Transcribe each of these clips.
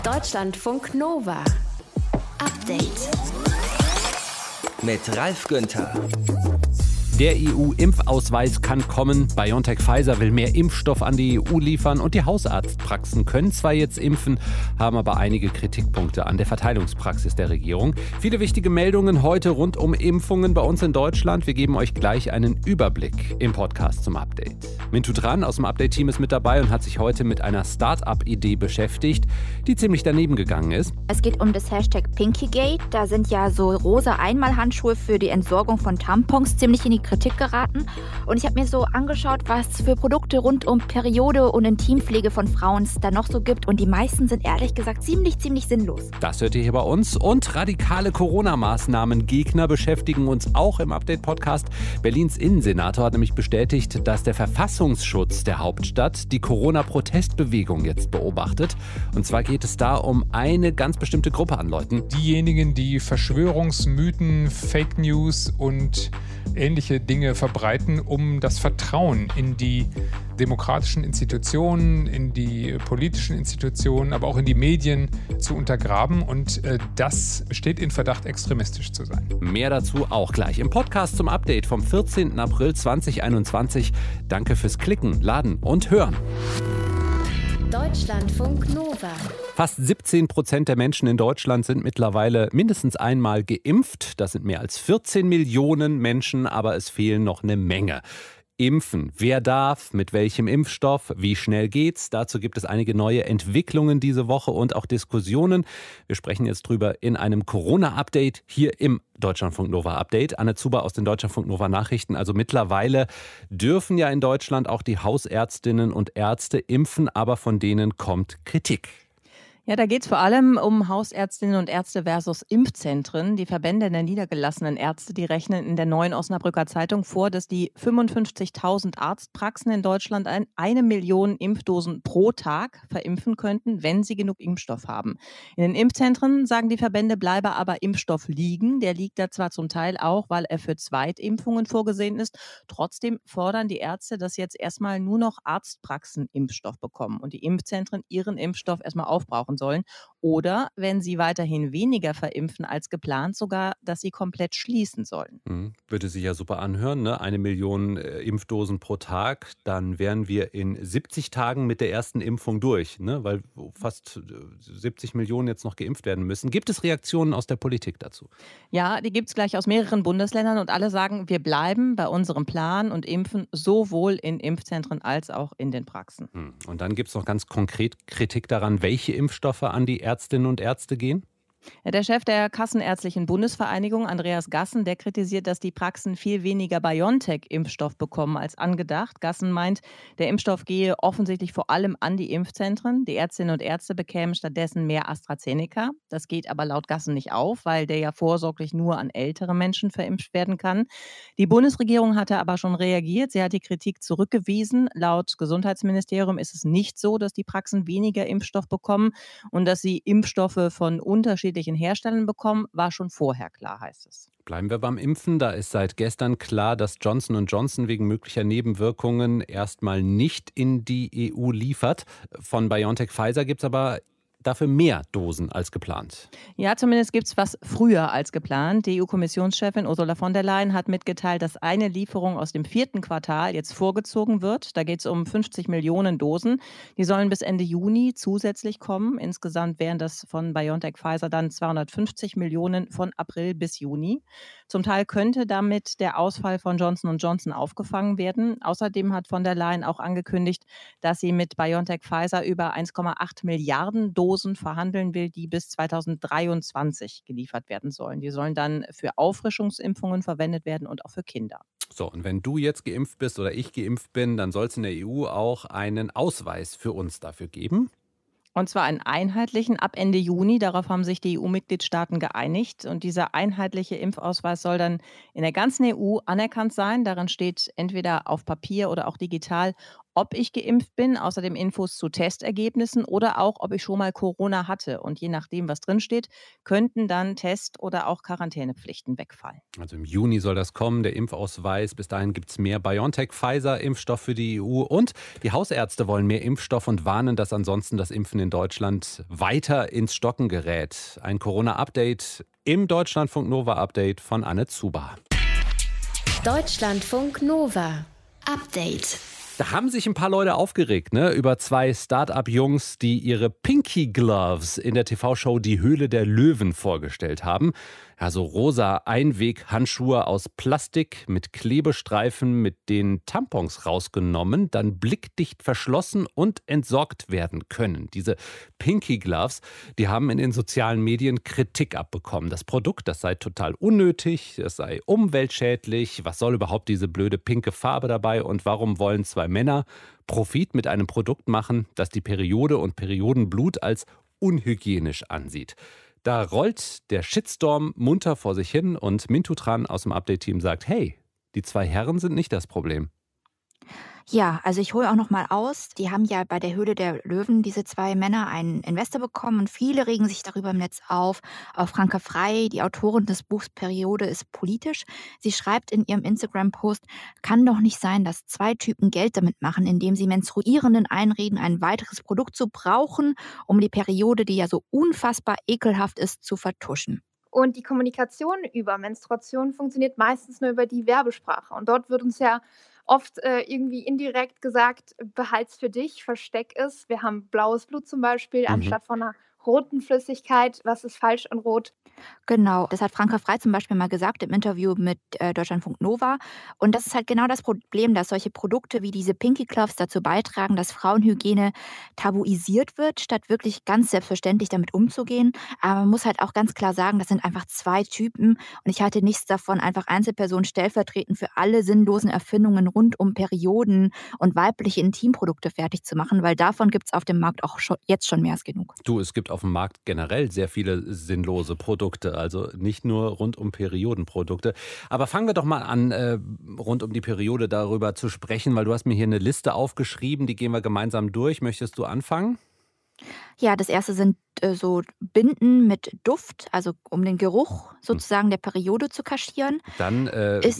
Deutschlandfunk Nova. Update. Mit Ralf Günther. Der EU-Impfausweis kann kommen. BioNTech-Pfizer will mehr Impfstoff an die EU liefern und die Hausarztpraxen können zwar jetzt impfen, haben aber einige Kritikpunkte an der Verteilungspraxis der Regierung. Viele wichtige Meldungen heute rund um Impfungen bei uns in Deutschland. Wir geben euch gleich einen Überblick im Podcast zum Update. Mintu Tran aus dem Update-Team ist mit dabei und hat sich heute mit einer Start-up-Idee beschäftigt, die ziemlich daneben gegangen ist. Es geht um das Hashtag Pinkygate. Da sind ja so rosa Einmalhandschuhe für die Entsorgung von Tampons ziemlich in die Kritik geraten. Und ich habe mir so angeschaut, was für Produkte rund um Periode und Intimpflege von Frauen es da noch so gibt. Und die meisten sind ehrlich gesagt ziemlich sinnlos. Das hört ihr hier bei uns. Und radikale Corona-Maßnahmen-Gegner beschäftigen uns auch im Update-Podcast. Berlins Innensenator hat nämlich bestätigt, dass der Verfassungsschutz der Hauptstadt die Corona-Protestbewegung jetzt beobachtet. Und zwar geht es da um eine ganz bestimmte Gruppe an Leuten. Diejenigen, die Verschwörungsmythen, Fake News und ähnliche Dinge verbreiten, um das Vertrauen in die demokratischen Institutionen, in die politischen Institutionen, aber auch in die Medien zu untergraben. Und das steht in Verdacht, extremistisch zu sein. Mehr dazu auch gleich im Podcast zum Update vom 14. April 2021. Danke fürs Klicken, Laden und Hören. Deutschlandfunk Nova. Fast 17% der Menschen in Deutschland sind mittlerweile mindestens einmal geimpft. Das sind mehr als 14 Millionen Menschen, aber es fehlen noch eine Menge. Impfen. Wer darf? Mit welchem Impfstoff? Wie schnell geht's? Dazu gibt es einige neue Entwicklungen diese Woche und auch Diskussionen. Wir sprechen jetzt drüber in einem Corona-Update hier im Deutschlandfunk Nova Update. Anne Zuber aus den Deutschlandfunk Nova Nachrichten. Also mittlerweile dürfen ja in Deutschland auch die Hausärztinnen und Ärzte impfen, aber von denen kommt Kritik. Ja, da geht es vor allem um Hausärztinnen und Ärzte versus Impfzentren. Die Verbände der niedergelassenen Ärzte, die rechnen in der Neuen Osnabrücker Zeitung vor, dass die 55.000 Arztpraxen in Deutschland 1 Million Impfdosen pro Tag verimpfen könnten, wenn sie genug Impfstoff haben. In den Impfzentren, sagen die Verbände, bleibe aber Impfstoff liegen. Der liegt da zwar zum Teil auch, weil er für Zweitimpfungen vorgesehen ist. Trotzdem fordern die Ärzte, dass jetzt erstmal nur noch Arztpraxen Impfstoff bekommen und die Impfzentren ihren Impfstoff erstmal aufbrauchen sollen. Oder, wenn sie weiterhin weniger verimpfen als geplant, sogar, dass sie komplett schließen sollen. Würde sich ja super anhören, ne? 1 Million Impfdosen pro Tag. Dann wären wir in 70 Tagen mit der ersten Impfung durch, ne? Weil fast 70 Millionen jetzt noch geimpft werden müssen. Gibt es Reaktionen aus der Politik dazu? Ja, die gibt es gleich aus mehreren Bundesländern und alle sagen, wir bleiben bei unserem Plan und impfen sowohl in Impfzentren als auch in den Praxen. Und dann gibt es noch ganz konkret Kritik daran, welche Impfstoffe an die Ärztinnen und Ärzte gehen? Ja, der Chef der Kassenärztlichen Bundesvereinigung, Andreas Gassen, der kritisiert, dass die Praxen viel weniger BioNTech-Impfstoff bekommen als angedacht. Gassen meint, der Impfstoff gehe offensichtlich vor allem an die Impfzentren. Die Ärztinnen und Ärzte bekämen stattdessen mehr AstraZeneca. Das geht aber laut Gassen nicht auf, weil der ja vorsorglich nur an ältere Menschen verimpft werden kann. Die Bundesregierung hatte aber schon reagiert. Sie hat die Kritik zurückgewiesen. Laut Gesundheitsministerium ist es nicht so, dass die Praxen weniger Impfstoff bekommen und dass sie Impfstoffe von unterschiedlichen Herstellern bekommen, war schon vorher klar, heißt es. Bleiben wir beim Impfen. Da ist seit gestern klar, dass Johnson & Johnson wegen möglicher Nebenwirkungen erstmal nicht in die EU liefert. Von BioNTech-Pfizer gibt es aber dafür mehr Dosen als geplant. Ja, zumindest gibt es was früher als geplant. Die EU-Kommissionschefin Ursula von der Leyen hat mitgeteilt, dass eine Lieferung aus dem 4. Quartal jetzt vorgezogen wird. Da geht es um 50 Millionen Dosen. Die sollen bis Ende Juni zusätzlich kommen. Insgesamt wären das von BioNTech-Pfizer dann 250 Millionen von April bis Juni. Zum Teil könnte damit der Ausfall von Johnson & Johnson aufgefangen werden. Außerdem hat von der Leyen auch angekündigt, dass sie mit BioNTech-Pfizer über 1,8 Milliarden Dosen verhandeln will, die bis 2023 geliefert werden sollen. Die sollen dann für Auffrischungsimpfungen verwendet werden und auch für Kinder. So, und wenn du jetzt geimpft bist oder ich geimpft bin, dann soll es in der EU auch einen Ausweis für uns dafür geben. Und zwar einen einheitlichen ab Ende Juni. Darauf haben sich die EU-Mitgliedstaaten geeinigt. Und dieser einheitliche Impfausweis soll dann in der ganzen EU anerkannt sein. Darin steht entweder auf Papier oder auch digital, ob ich geimpft bin, außerdem Infos zu Testergebnissen oder auch, ob ich schon mal Corona hatte. Und je nachdem, was drinsteht, könnten dann Test- oder auch Quarantänepflichten wegfallen. Also im Juni soll das kommen, der Impfausweis. Bis dahin gibt es mehr BioNTech-Pfizer-Impfstoff für die EU. Und die Hausärzte wollen mehr Impfstoff und warnen, dass ansonsten das Impfen in Deutschland weiter ins Stocken gerät. Ein Corona-Update im Deutschlandfunk Nova-Update von Anne Zuber. Deutschlandfunk Nova. Update. Da haben sich ein paar Leute aufgeregt, ne, über zwei Start-up-Jungs, die ihre Pinky Gloves in der TV-Show Die Höhle der Löwen vorgestellt haben. Ja, so rosa Einweg-Handschuhe aus Plastik mit Klebestreifen, mit den Tampons rausgenommen, dann blickdicht verschlossen und entsorgt werden können. Diese Pinky Gloves, die haben in den sozialen Medien Kritik abbekommen. Das Produkt, das sei total unnötig, es sei umweltschädlich. Was soll überhaupt diese blöde pinke Farbe dabei und warum wollen zwei Männer Profit mit einem Produkt machen, das die Periode und Periodenblut als unhygienisch ansieht? Da rollt der Shitstorm munter vor sich hin und Mintu Tran aus dem Update-Team sagt, hey, die zwei Herren sind nicht das Problem. Ja, also ich hole auch noch mal aus. Die haben ja bei der Höhle der Löwen, diese zwei Männer, einen Investor bekommen und viele regen sich darüber im Netz auf. Auch Franka Frey, die Autorin des Buchs Periode, ist politisch. Sie schreibt in ihrem Instagram-Post, kann doch nicht sein, dass zwei Typen Geld damit machen, indem sie Menstruierenden einreden, ein weiteres Produkt zu brauchen, um die Periode, die ja so unfassbar ekelhaft ist, zu vertuschen. Und die Kommunikation über Menstruation funktioniert meistens nur über die Werbesprache. Und dort wird uns ja oft irgendwie indirekt gesagt, behalt's für dich, versteck es. Wir haben blaues Blut zum Beispiel, anstatt von einer roten Flüssigkeit. Was ist falsch an Rot? Genau, das hat Franka Frey zum Beispiel mal gesagt im Interview mit Deutschlandfunk Nova. Und das ist halt genau das Problem, dass solche Produkte wie diese Pinky Gloves dazu beitragen, dass Frauenhygiene tabuisiert wird, statt wirklich ganz selbstverständlich damit umzugehen. Aber man muss halt auch ganz klar sagen, das sind einfach zwei Typen. Und ich halte nichts davon, einfach Einzelpersonen stellvertretend für alle sinnlosen Erfindungen rund um Perioden und weibliche Intimprodukte fertig zu machen, weil davon gibt es auf dem Markt auch jetzt schon mehr als genug. Du, es gibt auf dem Markt generell sehr viele sinnlose Produkte, also nicht nur rund um Periodenprodukte. Aber fangen wir doch mal an, rund um die Periode darüber zu sprechen, weil du hast mir hier eine Liste aufgeschrieben, die gehen wir gemeinsam durch. Möchtest du anfangen? Ja, das erste sind so Binden mit Duft, also um den Geruch sozusagen der Periode zu kaschieren. Dann, Ist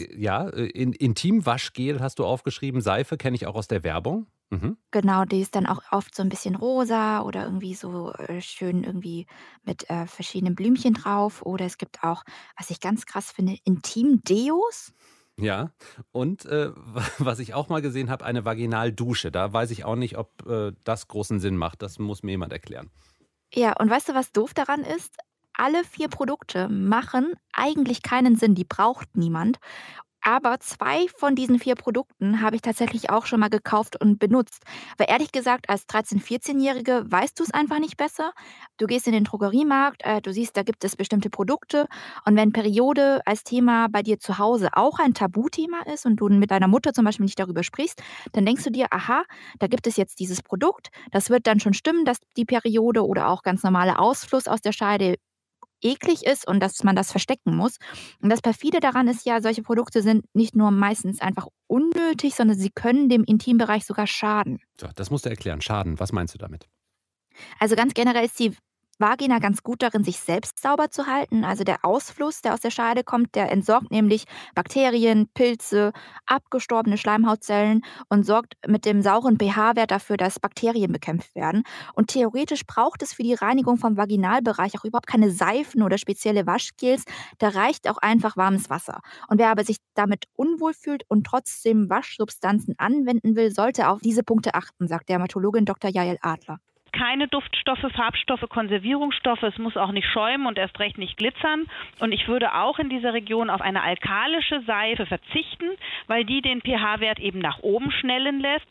Intimwaschgel hast du aufgeschrieben, Seife kenne ich auch aus der Werbung. Mhm. Genau, die ist dann auch oft so ein bisschen rosa oder irgendwie so schön irgendwie mit verschiedenen Blümchen drauf. Oder es gibt auch, was ich ganz krass finde, Intim-Deos. Ja, und was ich auch mal gesehen habe, eine Vaginaldusche. Da weiß ich auch nicht, ob das großen Sinn macht. Das muss mir jemand erklären. Ja, und weißt du, was doof daran ist? Alle 4 Produkte machen eigentlich keinen Sinn, die braucht niemand. Aber 2 von diesen 4 Produkten habe ich tatsächlich auch schon mal gekauft und benutzt. Weil ehrlich gesagt, als 13-, 14-Jährige weißt du es einfach nicht besser. Du gehst in den Drogeriemarkt, du siehst, da gibt es bestimmte Produkte. Und wenn Periode als Thema bei dir zu Hause auch ein Tabuthema ist und du mit deiner Mutter zum Beispiel nicht darüber sprichst, dann denkst du dir, aha, da gibt es jetzt dieses Produkt. Das wird dann schon stimmen, dass die Periode oder auch ganz normale Ausfluss aus der Scheide eklig ist und dass man das verstecken muss. Und das perfide daran ist ja, solche Produkte sind nicht nur meistens einfach unnötig, sondern sie können dem Intimbereich sogar schaden. So, das musst du erklären. Schaden, was meinst du damit? Also ganz generell ist die Vagina ganz gut darin, sich selbst sauber zu halten. Also der Ausfluss, der aus der Scheide kommt, der entsorgt nämlich Bakterien, Pilze, abgestorbene Schleimhautzellen und sorgt mit dem sauren pH-Wert dafür, dass Bakterien bekämpft werden. Und theoretisch braucht es für die Reinigung vom Vaginalbereich auch überhaupt keine Seifen oder spezielle Waschgels. Da reicht auch einfach warmes Wasser. Und wer aber sich damit unwohl fühlt und trotzdem Waschsubstanzen anwenden will, sollte auf diese Punkte achten, sagt Dermatologin Dr. Jael Adler. Keine Duftstoffe, Farbstoffe, Konservierungsstoffe. Es muss auch nicht schäumen und erst recht nicht glitzern. Und ich würde auch in dieser Region auf eine alkalische Seife verzichten, weil die den pH-Wert eben nach oben schnellen lässt.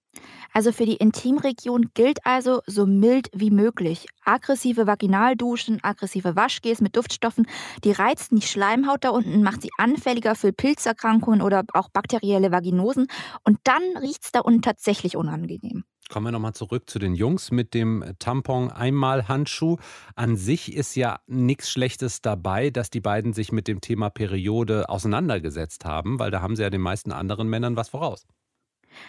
Also für die Intimregion gilt also so mild wie möglich. Aggressive Vaginalduschen, aggressive Waschgels mit Duftstoffen, die reizen die Schleimhaut da unten, macht sie anfälliger für Pilzerkrankungen oder auch bakterielle Vaginosen. Und dann riecht es da unten tatsächlich unangenehm. Kommen wir nochmal zurück zu den Jungs mit dem Tampon-Einmal-Handschuh. An sich ist ja nichts Schlechtes dabei, dass die beiden sich mit dem Thema Periode auseinandergesetzt haben, weil da haben sie ja den meisten anderen Männern was voraus.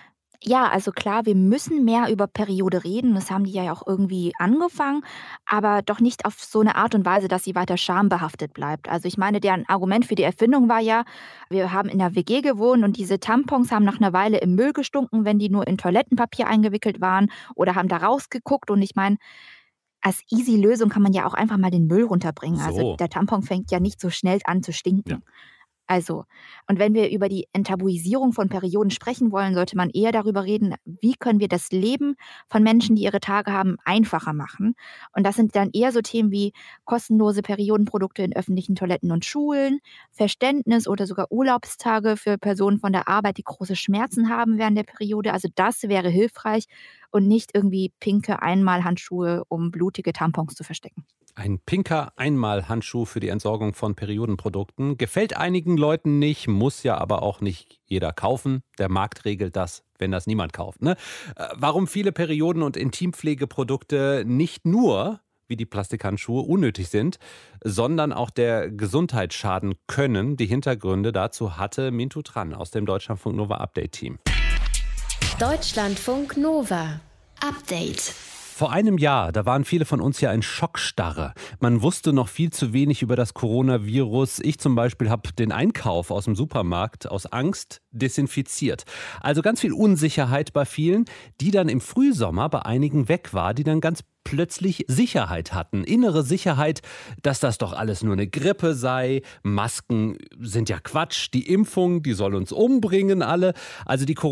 Ja, also klar, wir müssen mehr über Periode reden. Das haben die ja auch irgendwie angefangen, aber doch nicht auf so eine Art und Weise, dass sie weiter schambehaftet bleibt. Also ich meine, deren Argument für die Erfindung war ja, wir haben in der WG gewohnt und diese Tampons haben nach einer Weile im Müll gestunken, wenn die nur in Toilettenpapier eingewickelt waren oder haben da rausgeguckt. Und ich meine, als Easy-Lösung kann man ja auch einfach mal den Müll runterbringen. Also So. der Tampon fängt ja nicht so schnell an zu Ja. stinken. Also, und wenn wir über die Enttabuisierung von Perioden sprechen wollen, sollte man eher darüber reden, wie können wir das Leben von Menschen, die ihre Tage haben, einfacher machen. Und das sind dann eher so Themen wie kostenlose Periodenprodukte in öffentlichen Toiletten und Schulen, Verständnis oder sogar Urlaubstage für Personen von der Arbeit, die große Schmerzen haben während der Periode. Also das wäre hilfreich und nicht irgendwie pinke Einmalhandschuhe, um blutige Tampons zu verstecken. Ein pinker Einmalhandschuh für die Entsorgung von Periodenprodukten. Gefällt einigen Leuten nicht, muss ja aber auch nicht jeder kaufen. Der Markt regelt das, wenn das niemand kauft. Ne? Warum viele Perioden- und Intimpflegeprodukte nicht nur, wie die Plastikhandschuhe, unnötig sind, sondern auch der Gesundheit schaden können. Die Hintergründe dazu hatte Mintu Tran aus dem Deutschlandfunk Nova Update Team. Deutschlandfunk Nova. Update. Vor einem Jahr, da waren viele von uns ja in Schockstarre. Man wusste noch viel zu wenig über das Coronavirus. Ich zum Beispiel habe den Einkauf aus dem Supermarkt aus Angst desinfiziert. Also ganz viel Unsicherheit bei vielen, die dann im Frühsommer bei einigen weg war, die dann ganz plötzlich Sicherheit hatten. Innere Sicherheit, dass das doch alles nur eine Grippe sei. Masken sind ja Quatsch. Die Impfung, die soll uns umbringen alle. Also die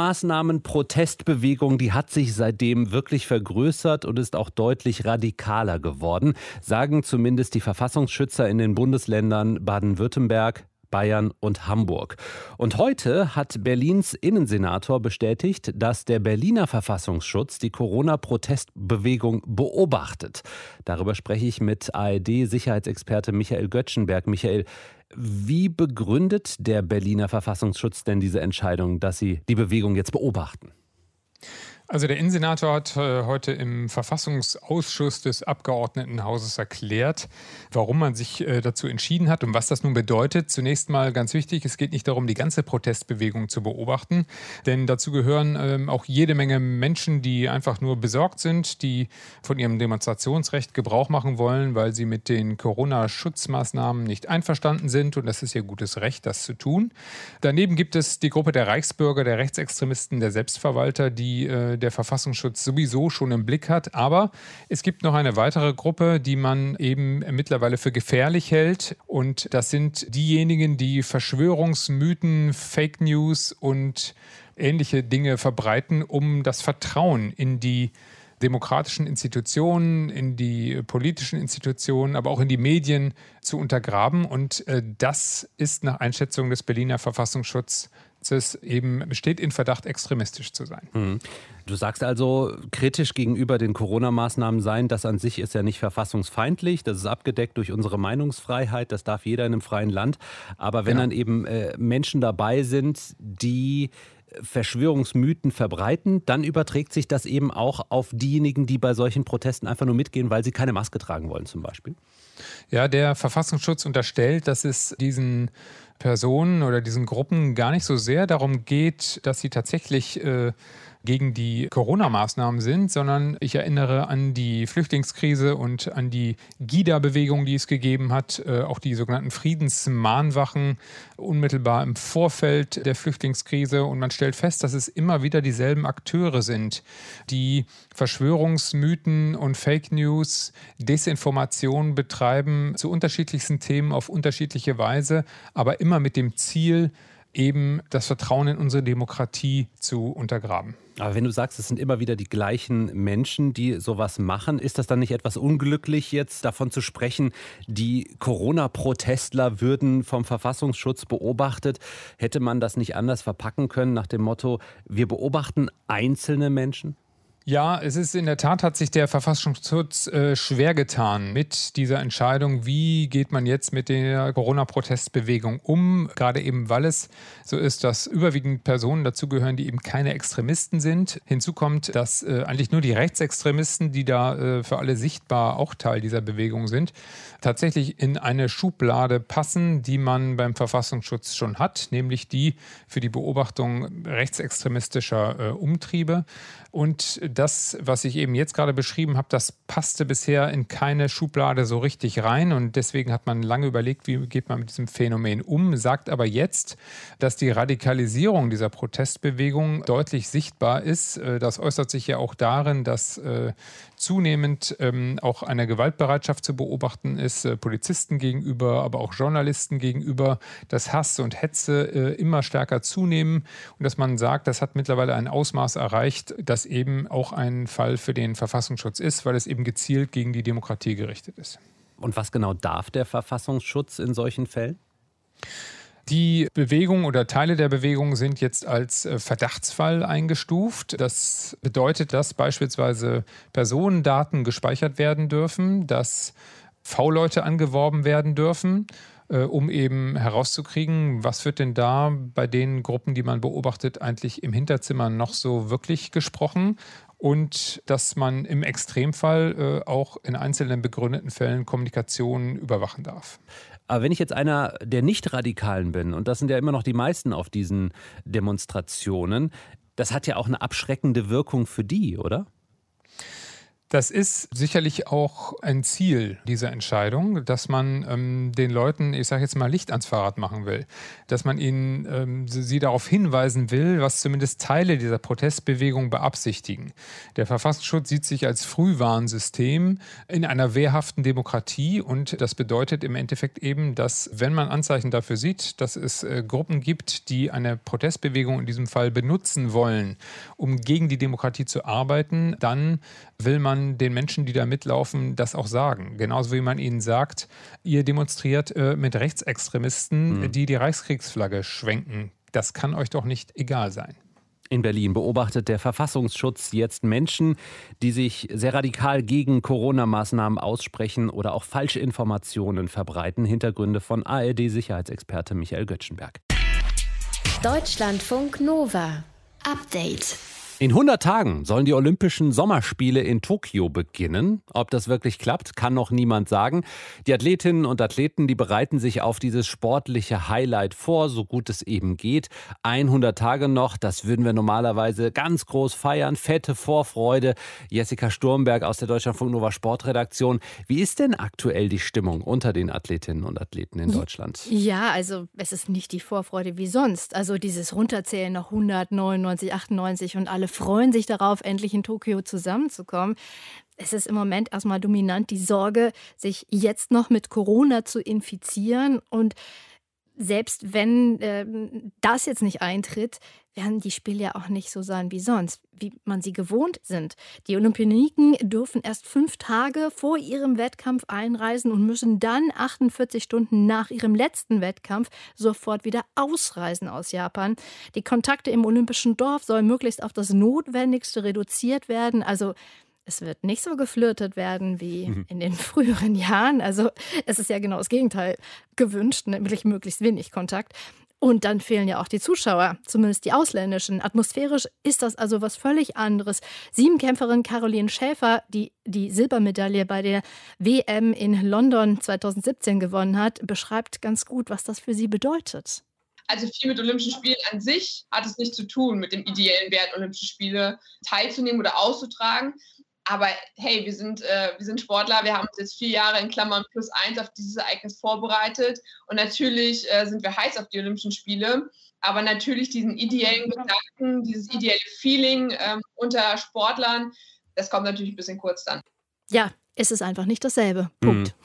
Corona-Maßnahmen-Protestbewegung, die hat sich seitdem wirklich vergrößert und ist auch deutlich radikaler geworden, sagen zumindest die Verfassungsschützer in den Bundesländern Baden-Württemberg, Bayern und Hamburg. Und heute hat Berlins Innensenator bestätigt, dass der Berliner Verfassungsschutz die Corona-Protestbewegung beobachtet. Darüber spreche ich mit ARD-Sicherheitsexperte Michael Göttschenberg. Michael, wie begründet der Berliner Verfassungsschutz denn diese Entscheidung, dass sie die Bewegung jetzt beobachten? Also der Innensenator hat heute im Verfassungsausschuss des Abgeordnetenhauses erklärt, warum man sich dazu entschieden hat und was das nun bedeutet. Zunächst mal ganz wichtig, es geht nicht darum, die ganze Protestbewegung zu beobachten, denn dazu gehören auch jede Menge Menschen, die einfach nur besorgt sind, die von ihrem Demonstrationsrecht Gebrauch machen wollen, weil sie mit den Corona-Schutzmaßnahmen nicht einverstanden sind, und das ist ihr gutes Recht, das zu tun. Daneben gibt es die Gruppe der Reichsbürger, der Rechtsextremisten, der Selbstverwalter, die der Verfassungsschutz sowieso schon im Blick hat. Aber es gibt noch eine weitere Gruppe, die man eben mittlerweile für gefährlich hält. Und das sind diejenigen, die Verschwörungsmythen, Fake News und ähnliche Dinge verbreiten, um das Vertrauen in die demokratischen Institutionen, in die politischen Institutionen, aber auch in die Medien zu untergraben. Und das ist nach Einschätzung des Berliner Verfassungsschutzes eben besteht in Verdacht, extremistisch zu sein. Du sagst also, kritisch gegenüber den Corona-Maßnahmen sein, das an sich ist ja nicht verfassungsfeindlich, das ist abgedeckt durch unsere Meinungsfreiheit, das darf jeder in einem freien Land. Aber wenn dann eben Menschen dabei sind, die Verschwörungsmythen verbreiten, dann überträgt sich das eben auch auf diejenigen, die bei solchen Protesten einfach nur mitgehen, weil sie keine Maske tragen wollen zum Beispiel. Ja, der Verfassungsschutz unterstellt, dass es diesen Personen oder diesen Gruppen gar nicht so sehr darum geht, dass sie tatsächlich gegen die Corona-Maßnahmen sind, sondern ich erinnere an die Flüchtlingskrise und an die GIDA-Bewegung, die es gegeben hat, auch die sogenannten Friedensmahnwachen unmittelbar im Vorfeld der Flüchtlingskrise. Und man stellt fest, dass es immer wieder dieselben Akteure sind, die Verschwörungsmythen und Fake News, Desinformation betreiben zu unterschiedlichsten Themen auf unterschiedliche Weise, aber immer mit dem Ziel, eben das Vertrauen in unsere Demokratie zu untergraben. Aber wenn du sagst, es sind immer wieder die gleichen Menschen, die sowas machen, ist das dann nicht etwas unglücklich, jetzt davon zu sprechen, die Corona-Protestler würden vom Verfassungsschutz beobachtet? Hätte man das nicht anders verpacken können nach dem Motto, wir beobachten einzelne Menschen? Ja, es ist in der Tat, hat sich der Verfassungsschutz schwer getan mit dieser Entscheidung, wie geht man jetzt mit der Corona-Protestbewegung um, gerade eben, weil es so ist, dass überwiegend Personen dazugehören, die eben keine Extremisten sind. Hinzu kommt, dass eigentlich nur die Rechtsextremisten, die da für alle sichtbar auch Teil dieser Bewegung sind, tatsächlich in eine Schublade passen, die man beim Verfassungsschutz schon hat, nämlich die für die Beobachtung rechtsextremistischer Umtriebe. Und das, was ich eben jetzt gerade beschrieben habe, das passte bisher in keine Schublade so richtig rein. Und deswegen hat man lange überlegt, wie geht man mit diesem Phänomen um, sagt aber jetzt, dass die Radikalisierung dieser Protestbewegung deutlich sichtbar ist. Das äußert sich ja auch darin, dass zunehmend auch eine Gewaltbereitschaft zu beobachten ist, Polizisten gegenüber, aber auch Journalisten gegenüber, dass Hass und Hetze immer stärker zunehmen und dass man sagt, das hat mittlerweile ein Ausmaß erreicht, das eben auch ein Fall für den Verfassungsschutz ist, weil es eben gezielt gegen die Demokratie gerichtet ist. Und was genau darf der Verfassungsschutz in solchen Fällen? Die Bewegung oder Teile der Bewegung sind jetzt als Verdachtsfall eingestuft. Das bedeutet, dass beispielsweise Personendaten gespeichert werden dürfen, dass V-Leute angeworben werden dürfen, um eben herauszukriegen, was wird denn da bei den Gruppen, die man beobachtet, eigentlich im Hinterzimmer noch so wirklich gesprochen. Und dass man im Extremfall auch in einzelnen begründeten Fällen Kommunikation überwachen darf. Aber wenn ich jetzt einer der Nicht-Radikalen bin, und das sind ja immer noch die meisten auf diesen Demonstrationen, das hat ja auch eine abschreckende Wirkung für die, oder? Das ist sicherlich auch ein Ziel dieser Entscheidung, dass man den Leuten, ich sage jetzt mal, Licht ans Fahrrad machen will. Dass man ihnen sie darauf hinweisen will, was zumindest Teile dieser Protestbewegung beabsichtigen. Der Verfassungsschutz sieht sich als Frühwarnsystem in einer wehrhaften Demokratie und das bedeutet im Endeffekt eben, dass wenn man Anzeichen dafür sieht, dass es Gruppen gibt, die eine Protestbewegung in diesem Fall benutzen wollen, um gegen die Demokratie zu arbeiten, dann will man den Menschen, die da mitlaufen, das auch sagen. Genauso wie man ihnen sagt, ihr demonstriert mit Rechtsextremisten, die die Reichskriegsflagge schwenken. Das kann euch doch nicht egal sein. In Berlin beobachtet der Verfassungsschutz jetzt Menschen, die sich sehr radikal gegen Corona-Maßnahmen aussprechen oder auch falsche Informationen verbreiten. Hintergründe von ARD-Sicherheitsexperte Michael Göttschenberg. Deutschlandfunk Nova. Update. In 100 Tagen sollen die Olympischen Sommerspiele in Tokio beginnen. Ob das wirklich klappt, kann noch niemand sagen. Die Athletinnen und Athleten, die bereiten sich auf dieses sportliche Highlight vor, so gut es eben geht. 100 Tage noch, das würden wir normalerweise ganz groß feiern. Fette Vorfreude. Jessica Sturmberg aus der Deutschlandfunk Nova Sportredaktion. Wie ist denn aktuell die Stimmung unter den Athletinnen und Athleten in Deutschland? Ja, also es ist nicht die Vorfreude wie sonst. Also dieses Runterzählen noch 199, 98 und alle freuen sich darauf, endlich in Tokio zusammenzukommen. Es ist im Moment erstmal dominant die Sorge, sich jetzt noch mit Corona zu infizieren. Und selbst wenn das jetzt nicht eintritt, werden die Spiele ja auch nicht so sein wie sonst, wie man sie gewohnt sind. Die Olympioniken dürfen erst 5 Tage vor ihrem Wettkampf einreisen und müssen dann 48 Stunden nach ihrem letzten Wettkampf sofort wieder ausreisen aus Japan. Die Kontakte im Olympischen Dorf sollen möglichst auf das Notwendigste reduziert werden. Also es wird nicht so geflirtet werden wie in den früheren Jahren. Also es ist ja genau das Gegenteil gewünscht, nämlich möglichst wenig Kontakt. Und dann fehlen ja auch die Zuschauer, zumindest die ausländischen. Atmosphärisch ist das also was völlig anderes. Siebenkämpferin Caroline Schäfer, die die Silbermedaille bei der WM in London 2017 gewonnen hat, beschreibt ganz gut, was das für sie bedeutet. Also viel mit Olympischen Spielen an sich hat es nichts zu tun, mit dem ideellen Wert, Olympische Spiele teilzunehmen oder auszutragen. Aber hey, wir sind Sportler, wir haben uns jetzt 4 Jahre in Klammern +1 auf dieses Ereignis vorbereitet. Und natürlich sind wir heiß auf die Olympischen Spiele. Aber natürlich diesen ideellen Gedanken, dieses ideelle Feeling unter Sportlern, das kommt natürlich ein bisschen kurz dann. Ja, es ist einfach nicht dasselbe. Punkt.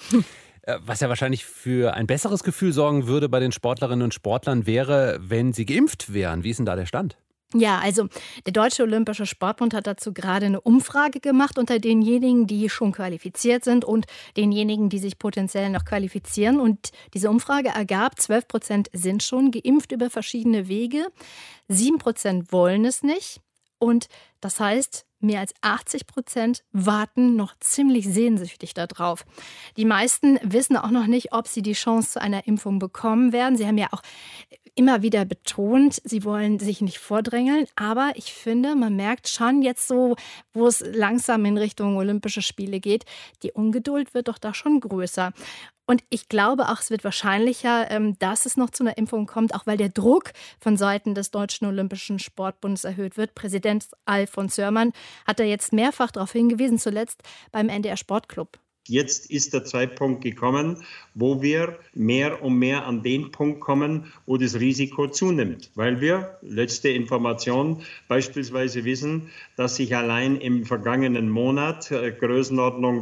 Was ja wahrscheinlich für ein besseres Gefühl sorgen würde bei den Sportlerinnen und Sportlern wäre, wenn sie geimpft wären. Wie ist denn da der Stand? Ja, also der Deutsche Olympische Sportbund hat dazu gerade eine Umfrage gemacht unter denjenigen, die schon qualifiziert sind und denjenigen, die sich potenziell noch qualifizieren. Und diese Umfrage ergab, 12% sind schon geimpft über verschiedene Wege, 7% wollen es nicht und Das heißt, mehr als 80% warten noch ziemlich sehnsüchtig darauf. Die meisten wissen auch noch nicht, ob sie die Chance zu einer Impfung bekommen werden. Sie haben ja auch immer wieder betont, sie wollen sich nicht vordrängeln. Aber ich finde, man merkt schon jetzt so, wo es langsam in Richtung Olympische Spiele geht, die Ungeduld wird doch da schon größer. Und ich glaube auch, es wird wahrscheinlicher, dass es noch zu einer Impfung kommt, auch weil der Druck von Seiten des Deutschen Olympischen Sportbundes erhöht wird. Präsident Alfons Sörmann hat da jetzt mehrfach darauf hingewiesen, zuletzt beim NDR Sportclub. Jetzt ist der Zeitpunkt gekommen, wo wir mehr und mehr an den Punkt kommen, wo das Risiko zunimmt. Weil wir, letzte Information, beispielsweise wissen, dass sich allein im vergangenen Monat Größenordnung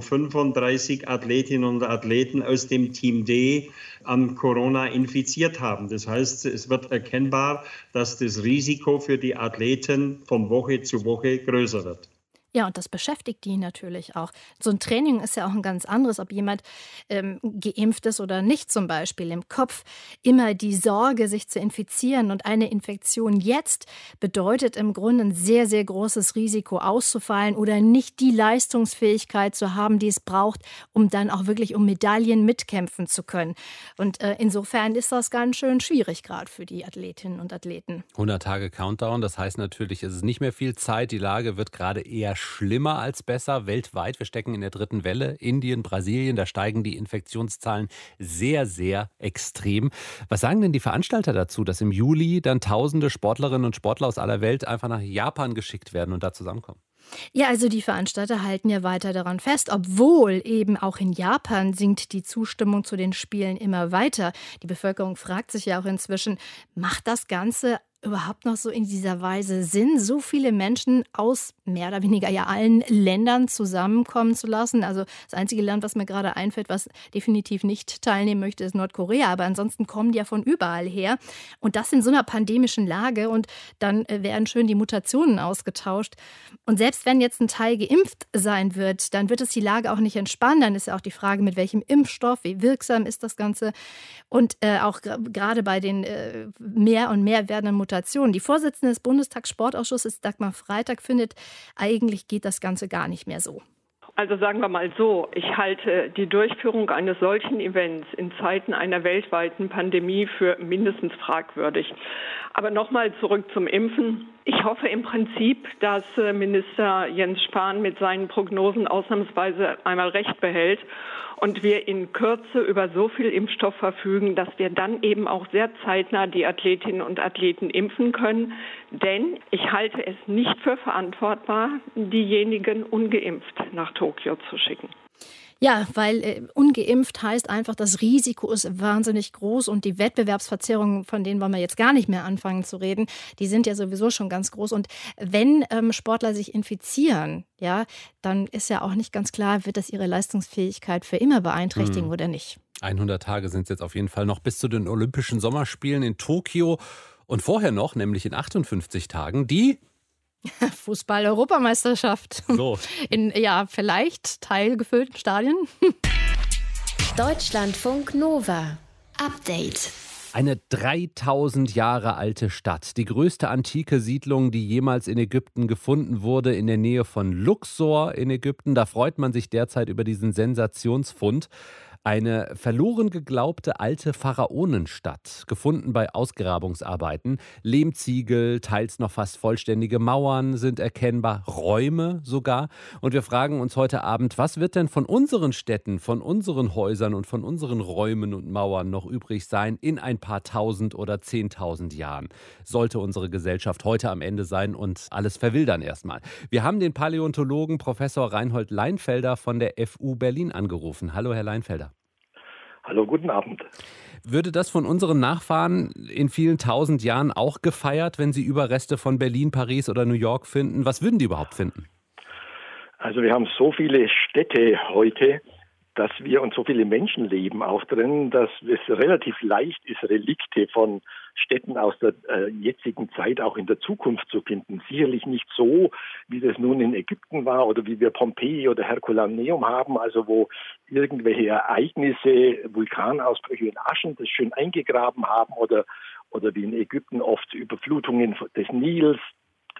35 Athletinnen und Athleten aus dem Team D an Corona infiziert haben. Das heißt, es wird erkennbar, dass das Risiko für die Athleten von Woche zu Woche größer wird. Ja, und das beschäftigt die natürlich auch. So ein Training ist ja auch ein ganz anderes, ob jemand geimpft ist oder nicht zum Beispiel. Im Kopf immer die Sorge, sich zu infizieren. Und eine Infektion jetzt bedeutet im Grunde ein sehr, sehr großes Risiko auszufallen oder nicht die Leistungsfähigkeit zu haben, die es braucht, um dann auch wirklich um Medaillen mitkämpfen zu können. Und insofern ist das ganz schön schwierig gerade für die Athletinnen und Athleten. 100 Tage Countdown, das heißt natürlich, es ist nicht mehr viel Zeit. Die Lage wird gerade eher schlimmer als besser weltweit. Wir stecken in der dritten Welle. Indien, Brasilien, da steigen die Infektionszahlen sehr, sehr extrem. Was sagen denn die Veranstalter dazu, dass im Juli dann tausende Sportlerinnen und Sportler aus aller Welt einfach nach Japan geschickt werden und da zusammenkommen? Ja, also die Veranstalter halten ja weiter daran fest, obwohl eben auch in Japan sinkt die Zustimmung zu den Spielen immer weiter. Die Bevölkerung fragt sich ja auch inzwischen, macht das Ganze überhaupt noch so in dieser Weise Sinn, so viele Menschen aus mehr oder weniger ja allen Ländern zusammenkommen zu lassen? Also das einzige Land, was mir gerade einfällt, was definitiv nicht teilnehmen möchte, ist Nordkorea. Aber ansonsten kommen die ja von überall her. Und das in so einer pandemischen Lage. Und dann werden schön die Mutationen ausgetauscht. Und selbst wenn jetzt ein Teil geimpft sein wird, dann wird es die Lage auch nicht entspannen. Dann ist ja auch die Frage, mit welchem Impfstoff, wie wirksam ist das Ganze. Und auch gerade bei den mehr und mehr werdenden Mutationen. Die Vorsitzende des Bundestagssportausschusses, Dagmar Freitag, findet, eigentlich geht das Ganze gar nicht mehr so. Also sagen wir mal so, ich halte die Durchführung eines solchen Events in Zeiten einer weltweiten Pandemie für mindestens fragwürdig. Aber nochmal zurück zum Impfen. Ich hoffe im Prinzip, dass Minister Jens Spahn mit seinen Prognosen ausnahmsweise einmal recht behält und wir in Kürze über so viel Impfstoff verfügen, dass wir dann eben auch sehr zeitnah die Athletinnen und Athleten impfen können. Denn ich halte es nicht für verantwortbar, diejenigen ungeimpft nach Tokio zu schicken. Ja, weil ungeimpft heißt einfach, das Risiko ist wahnsinnig groß und die Wettbewerbsverzerrungen, von denen wollen wir jetzt gar nicht mehr anfangen zu reden, die sind ja sowieso schon ganz groß. Und wenn Sportler sich infizieren, ja, dann ist ja auch nicht ganz klar, wird das ihre Leistungsfähigkeit für immer beeinträchtigen oder nicht. 100 Tage sind es jetzt auf jeden Fall noch bis zu den Olympischen Sommerspielen in Tokio und vorher noch, nämlich in 58 Tagen, die Fußball-Europameisterschaft. So. In, ja, vielleicht teilgefüllten Stadien. Deutschlandfunk Nova. Update. Eine 3000 Jahre alte Stadt, die größte antike Siedlung, die jemals in Ägypten gefunden wurde, in der Nähe von Luxor in Ägypten. Da freut man sich derzeit über diesen Sensationsfund. Eine verloren geglaubte alte Pharaonenstadt, gefunden bei Ausgrabungsarbeiten. Lehmziegel, teils noch fast vollständige Mauern sind erkennbar, Räume sogar. Und wir fragen uns heute Abend, was wird denn von unseren Städten, von unseren Häusern und von unseren Räumen und Mauern noch übrig sein in ein paar tausend oder 10.000 Jahren? Sollte unsere Gesellschaft heute am Ende sein und alles verwildern erstmal. Wir haben den Paläontologen Professor Reinhold Leinfelder von der FU Berlin angerufen. Hallo, Herr Leinfelder. Hallo, guten Abend. Würde das von unseren Nachfahren in vielen tausend Jahren auch gefeiert, wenn sie Überreste von Berlin, Paris oder New York finden? Was würden die überhaupt finden? Also wir haben so viele Städte heute, dass wir und so viele Menschen leben auch drin, dass es relativ leicht ist, Relikte von Städten aus der jetzigen Zeit auch in der Zukunft zu finden. Sicherlich nicht so, wie das nun in Ägypten war oder wie wir Pompeji oder Herculaneum haben, also wo irgendwelche Ereignisse, Vulkanausbrüche in Aschen das schön eingegraben haben oder wie in Ägypten oft Überflutungen des Nils,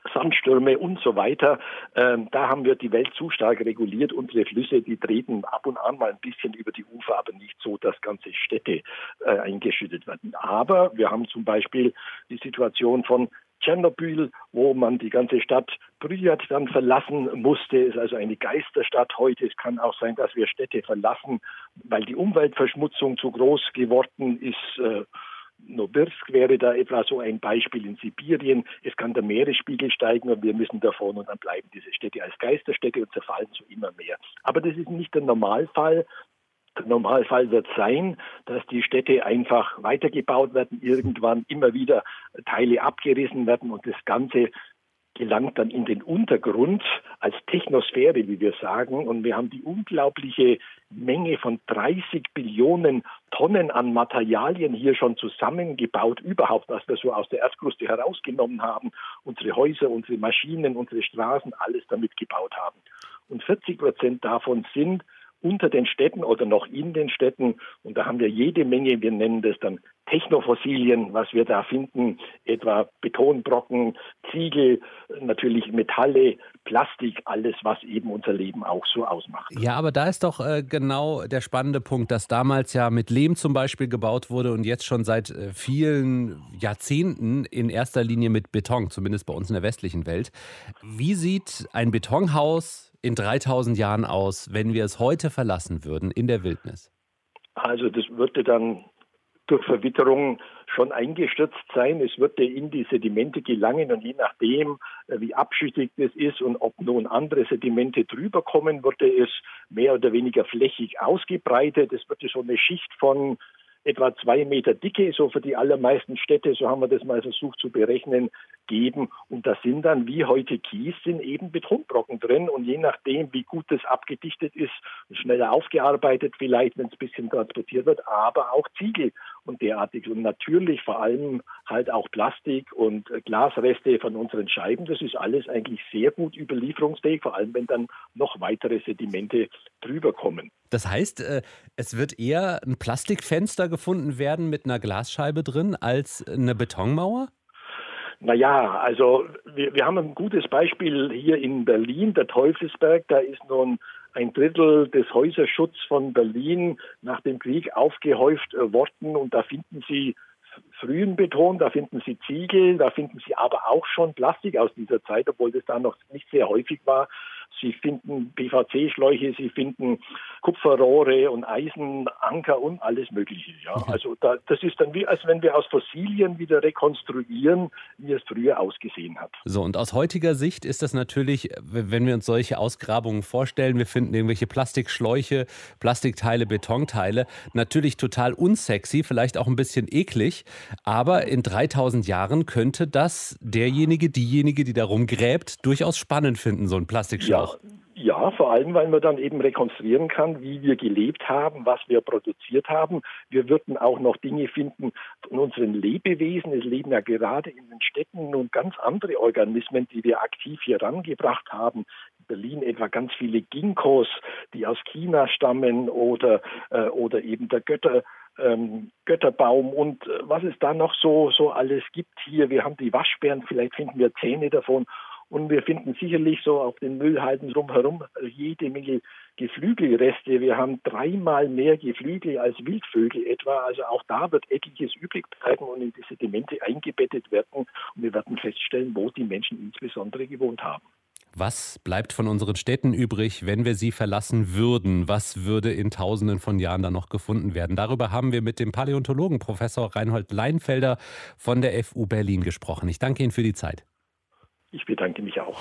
Sandstürme und so weiter. Da haben wir die Welt zu stark reguliert. Unsere Flüsse, die treten ab und an mal ein bisschen über die Ufer, aber nicht so, dass ganze Städte eingeschüttet werden. Aber wir haben zum Beispiel die Situation von Tschernobyl, wo man die ganze Stadt Pripyat dann verlassen musste. Es ist also eine Geisterstadt heute. Es kann auch sein, dass wir Städte verlassen, weil die Umweltverschmutzung zu groß geworden ist. Novosibirsk wäre da etwa so ein Beispiel in Sibirien. Es kann der Meeresspiegel steigen und wir müssen davon und dann bleiben diese Städte als Geisterstädte und zerfallen so immer mehr. Aber das ist nicht der Normalfall. Der Normalfall wird sein, dass die Städte einfach weitergebaut werden, irgendwann immer wieder Teile abgerissen werden und das Ganze gelangt dann in den Untergrund als Technosphäre, wie wir sagen. Und wir haben die unglaubliche Menge von 30 Billionen Tonnen an Materialien hier schon zusammengebaut, überhaupt, was wir so aus der Erdkruste herausgenommen haben. Unsere Häuser, unsere Maschinen, unsere Straßen, alles damit gebaut haben. Und 40% davon sind unter den Städten oder noch in den Städten. Und da haben wir jede Menge, wir nennen das dann Technofossilien, was wir da finden, etwa Betonbrocken, Ziegel, natürlich Metalle, Plastik, alles, was eben unser Leben auch so ausmacht. Ja, aber da ist doch genau der spannende Punkt, dass damals ja mit Lehm zum Beispiel gebaut wurde und jetzt schon seit vielen Jahrzehnten in erster Linie mit Beton, zumindest bei uns in der westlichen Welt. Wie sieht ein Betonhaus in 3000 Jahren aus, wenn wir es heute verlassen würden in der Wildnis? Also das würde dann durch Verwitterung schon eingestürzt sein. Es würde in die Sedimente gelangen und je nachdem, wie abschüssig das ist und ob nun andere Sedimente drüber kommen, würde es mehr oder weniger flächig ausgebreitet. Es würde so eine Schicht von etwa 2 Meter Dicke, so für die allermeisten Städte, so haben wir das mal versucht zu berechnen, geben. Und da sind dann, wie heute Kies, sind eben Betonbrocken drin. Und je nachdem, wie gut das abgedichtet ist, schneller aufgearbeitet vielleicht, wenn es ein bisschen transportiert wird, aber auch Ziegel und derartig. Und natürlich vor allem halt auch Plastik und Glasreste von unseren Scheiben. Das ist alles eigentlich sehr gut überlieferungsfähig, vor allem wenn dann noch weitere Sedimente drüber kommen. Das heißt, es wird eher ein Plastikfenster gefunden werden mit einer Glasscheibe drin als eine Betonmauer? Naja, also wir haben ein gutes Beispiel hier in Berlin, der Teufelsberg. Da ist nun 1/3 des Häuserschutzes von Berlin nach dem Krieg aufgehäuft worden und da finden Sie frühen Beton, da finden Sie Ziegel, da finden Sie aber auch schon Plastik aus dieser Zeit, obwohl das da noch nicht sehr häufig war. Sie finden PVC-Schläuche, Sie finden Kupferrohre und Eisenanker und alles Mögliche. Ja. Also das ist dann wie, als wenn wir aus Fossilien wieder rekonstruieren, wie es früher ausgesehen hat. So, und aus heutiger Sicht ist das natürlich, wenn wir uns solche Ausgrabungen vorstellen, wir finden irgendwelche Plastikschläuche, Plastikteile, Betonteile, natürlich total unsexy, vielleicht auch ein bisschen eklig, aber in 3000 Jahren könnte das diejenige, die da rumgräbt, durchaus spannend finden, so ein Plastikschlauch. Ja, vor allem, weil man dann eben rekonstruieren kann, wie wir gelebt haben, was wir produziert haben. Wir würden auch noch Dinge finden von unseren Lebewesen. Es leben ja gerade in den Städten nun ganz andere Organismen, die wir aktiv hier rangebracht haben. In Berlin etwa ganz viele Ginkgos, die aus China stammen oder eben der Götterbaum und was es da noch so alles gibt hier. Wir haben die Waschbären, vielleicht finden wir Zähne davon. Und wir finden sicherlich so auf den Müllhalden drumherum jede Menge Geflügelreste. Wir haben 3-mal mehr Geflügel als Wildvögel etwa. Also auch da wird etliches übrig bleiben und in die Sedimente eingebettet werden. Und wir werden feststellen, wo die Menschen insbesondere gewohnt haben. Was bleibt von unseren Städten übrig, wenn wir sie verlassen würden? Was würde in Tausenden von Jahren dann noch gefunden werden? Darüber haben wir mit dem Paläontologen Professor Reinhold Leinfelder von der FU Berlin gesprochen. Ich danke Ihnen für die Zeit. Ich bedanke mich auch.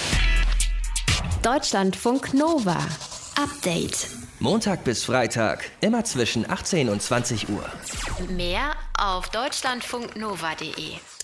Deutschlandfunk Nova. Update. Montag bis Freitag, immer zwischen 18 und 20 Uhr. Mehr auf deutschlandfunknova.de.